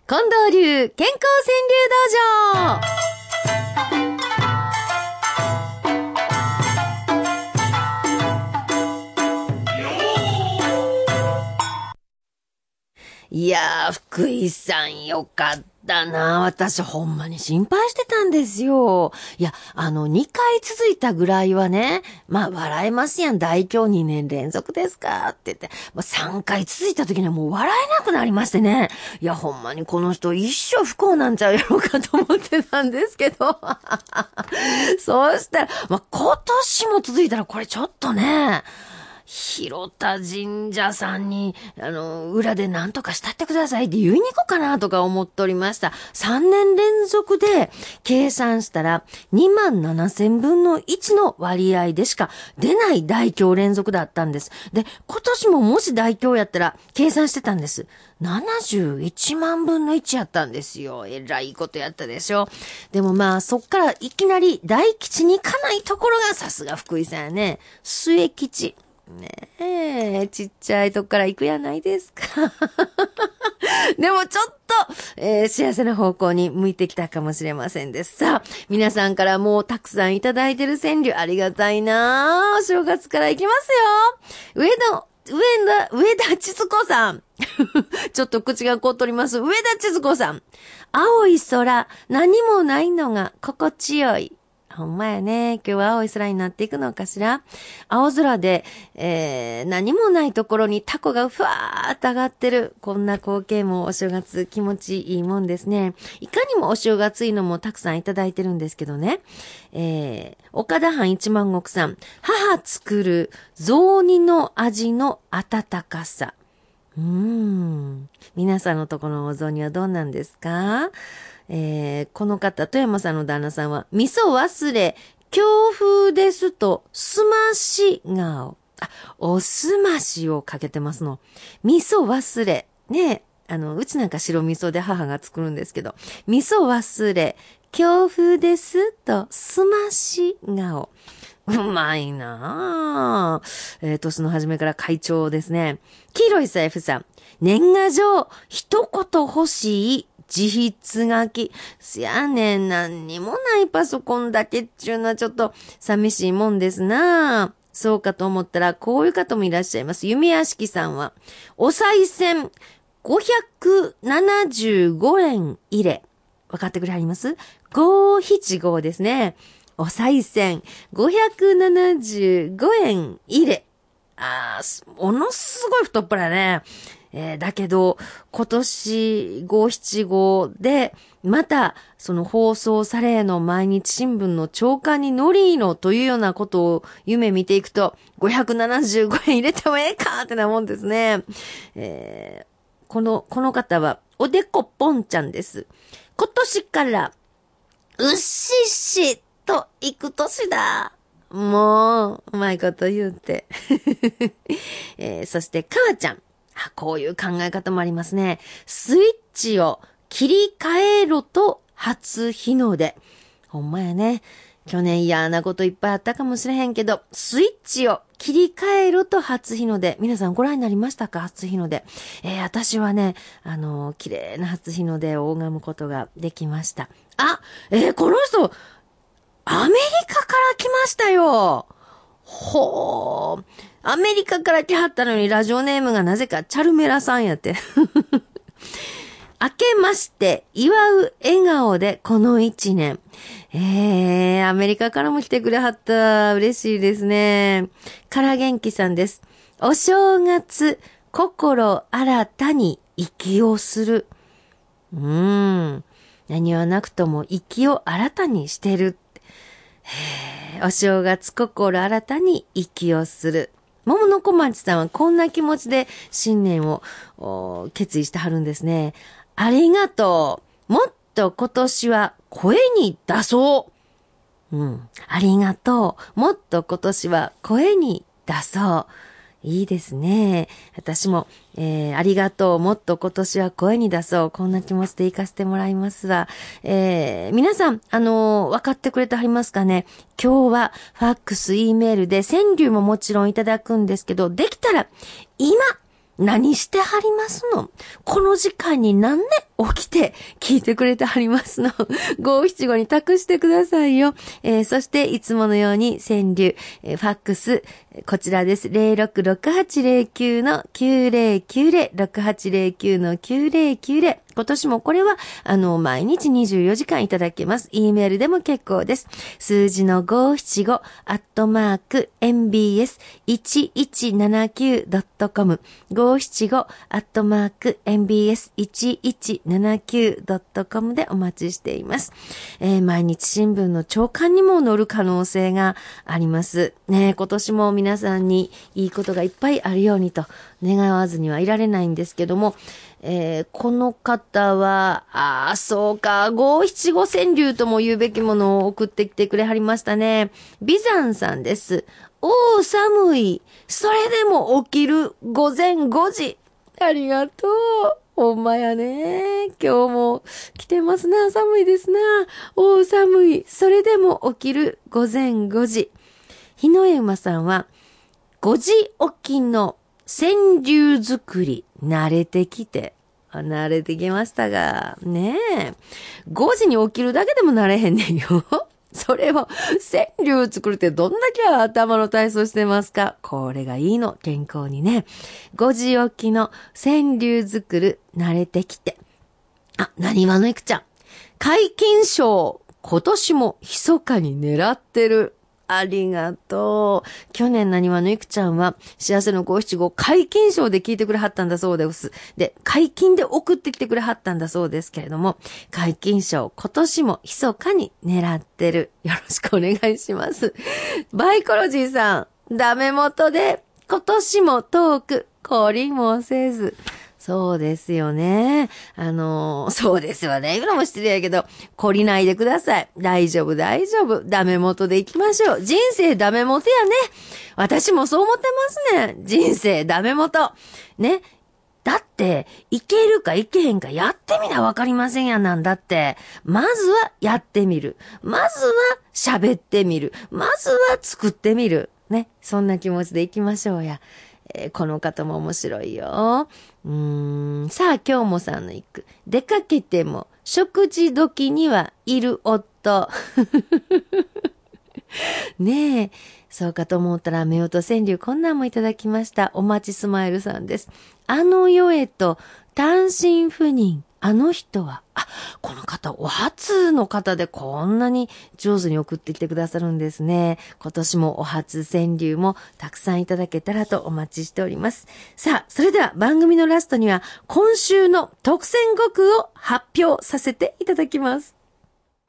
近藤流健康川柳道場。いやー、福井さんよかったな。私ほんまに心配してたんですよ。いや、2回続いたぐらいはね、まあ笑えますやん。大凶2年連続ですかって言って。3回続いた時にはもう笑えなくなりましてね。いや、ほんまにこの人一生不幸なんちゃうやろうかと思ってたんですけど。そうしたら、今年も続いたらこれちょっとね、広田神社さんに、裏で何とかしたってくださいって言いに行こうかなとか思っておりました。3年連続で計算したら27,000分の1の割合でしか出ない大凶連続だったんです。で、今年ももし大凶やったら計算してたんです。71万分の1やったんですよ。えらいことやったでしょ。でもまあそっからいきなり大吉に行かないところがさすが福井さんやね。末吉。ねえ、ちっちゃいとこから行くやないですか。でもちょっと、幸せな方向に向いてきたかもしれませんです。さあ、皆さんからもうたくさんいただいてる川柳ありがたいな。お正月から行きますよ。上田千鶴子さん。ちょっと口が凍っております。上田千鶴子さん。青い空、何もないのが心地よい。ほんまやね。今日は青い空になっていくのかしら。青空で、何もないところにタコがふわーっと上がってる。こんな光景もお正月気持ちいいもんですね。いかにもお正月いいのもたくさんいただいてるんですけどね。岡田藩一万石さん。母作る雑煮の味の温かさ。皆さんのところのお雑煮はどうなんですか？この方、富山さんの旦那さんは、味噌忘れ、強風ですと、すまし顔。おすましをかけてますの。味噌忘れ。ね、うちなんか白味噌で母が作るんですけど、味噌忘れ、強風ですと、すまし顔。うまいなぁ。年の初めから会長ですね。黄色い財布さん。年賀状、一言欲しい。自筆書き。すやねん、何にもないパソコンだけっちゅうのはちょっと寂しいもんですな。そうかと思ったら、こういう方もいらっしゃいます。夢屋敷さんは、お賽銭575円入れ。わかってくれはります？ 575 ですね。お賽銭575円入れ。ものすごい太っ腹ね。だけど、今年575で、また、その放送されの毎日新聞の朝刊に乗りのというようなことを夢見ていくと、575円入れてもええかってなもんですね。この方は、おでこぽんちゃんです。今年から、うっしっしと行く年だ。もう、うまいこと言うて。そして、かわちゃん。こういう考え方もありますね。スイッチを切り替えろと初日の出。ほんまやね。去年嫌なこといっぱいあったかもしれへんけど、スイッチを切り替えろと初日の出。皆さんご覧になりましたか？初日の出。私はね、綺麗な初日の出を拝むことができました。この人、アメリカから来ましたよ。ほー。アメリカから来はったのにラジオネームがなぜかチャルメラさんやって。明けまして祝う笑顔でこの一年。アメリカからも来てくれはった。嬉しいですね。から元気さんです。お正月、心新たに息をする。何はなくとも息を新たにしてる。お正月心新たに息をする。桃の小町さんはこんな気持ちで新年を決意してはるんですね。ありがとう。もっと今年は声に出そう。ありがとう。もっと今年は声に出そう。いいですね。私も、ありがとう。もっと今年は声に出そう。こんな気持ちで行かせてもらいますわ。皆さん、分かってくれてはりますかね？今日はファックス、E メールで川柳ももちろんいただくんですけど、できたら今何してはりますの？この時間になんで起きて聞いてくれてはりますの。五七五に託してくださいよ。そしていつものように川柳、ファックス、こちらです。066809-9090、6809-9090。今年もこれは、毎日24時間いただけます。E メールでも結構です。数字の575、mbs1179.com、575、mbs1179.com でお待ちしています。毎日新聞の朝刊にも載る可能性があります。ね、今年も皆さんにいいことがいっぱいあるようにと願わずにはいられないんですけども、この方は、そうか、五七五川柳とも言うべきものを送ってきてくれはりましたね。美山さんです。寒い。それでも起きる午前5時。ありがとう。ほんまやね。今日も来てますな。寒いですな。寒い。それでも起きる午前5時。日の絵馬さんは、5時起きの川柳作り、慣れてきましたが、ねえ。5時に起きるだけでも慣れへんねんよ。それを、川柳作るってどんだけ頭の体操してますか？これがいいの、健康にね。5時起きの川柳作る、慣れてきて。なにわのいくちゃん。解禁賞、今年も密かに狙ってる。ありがとう。去年なにわのいくちゃんは幸せの五七五解禁賞で聞いてくれはったんだそうです。で、解禁で送ってきてくれはったんだそうですけれども、解禁賞今年も密かに狙ってる。よろしくお願いします。バイコロジーさん、ダメ元で今年もトーク、懲りもせず。そうですよね。そうですよね。言うのも失礼やけど、懲りないでください。大丈夫。ダメ元で行きましょう。人生ダメ元やね。私もそう思ってますね。人生ダメ元。ね。だって、いけるかいけへんかやってみなわかりませんやなんだって。まずはやってみる。まずは喋ってみる。まずは作ってみる。ね。そんな気持ちで行きましょうや。この方も面白いよ。さあ、今日もさんの一句。出かけても、食事時にはいる夫。ねえ。そうかと思ったら、夫婦川柳こんなんもいただきました。おまちスマイルさんです。あの世へと単身赴任。あの人は、この方、お初の方でこんなに上手に送ってきてくださるんですね。今年もお初川柳もたくさんいただけたらとお待ちしております。さあ、それでは番組のラストには今週の特選5句を発表させていただきます。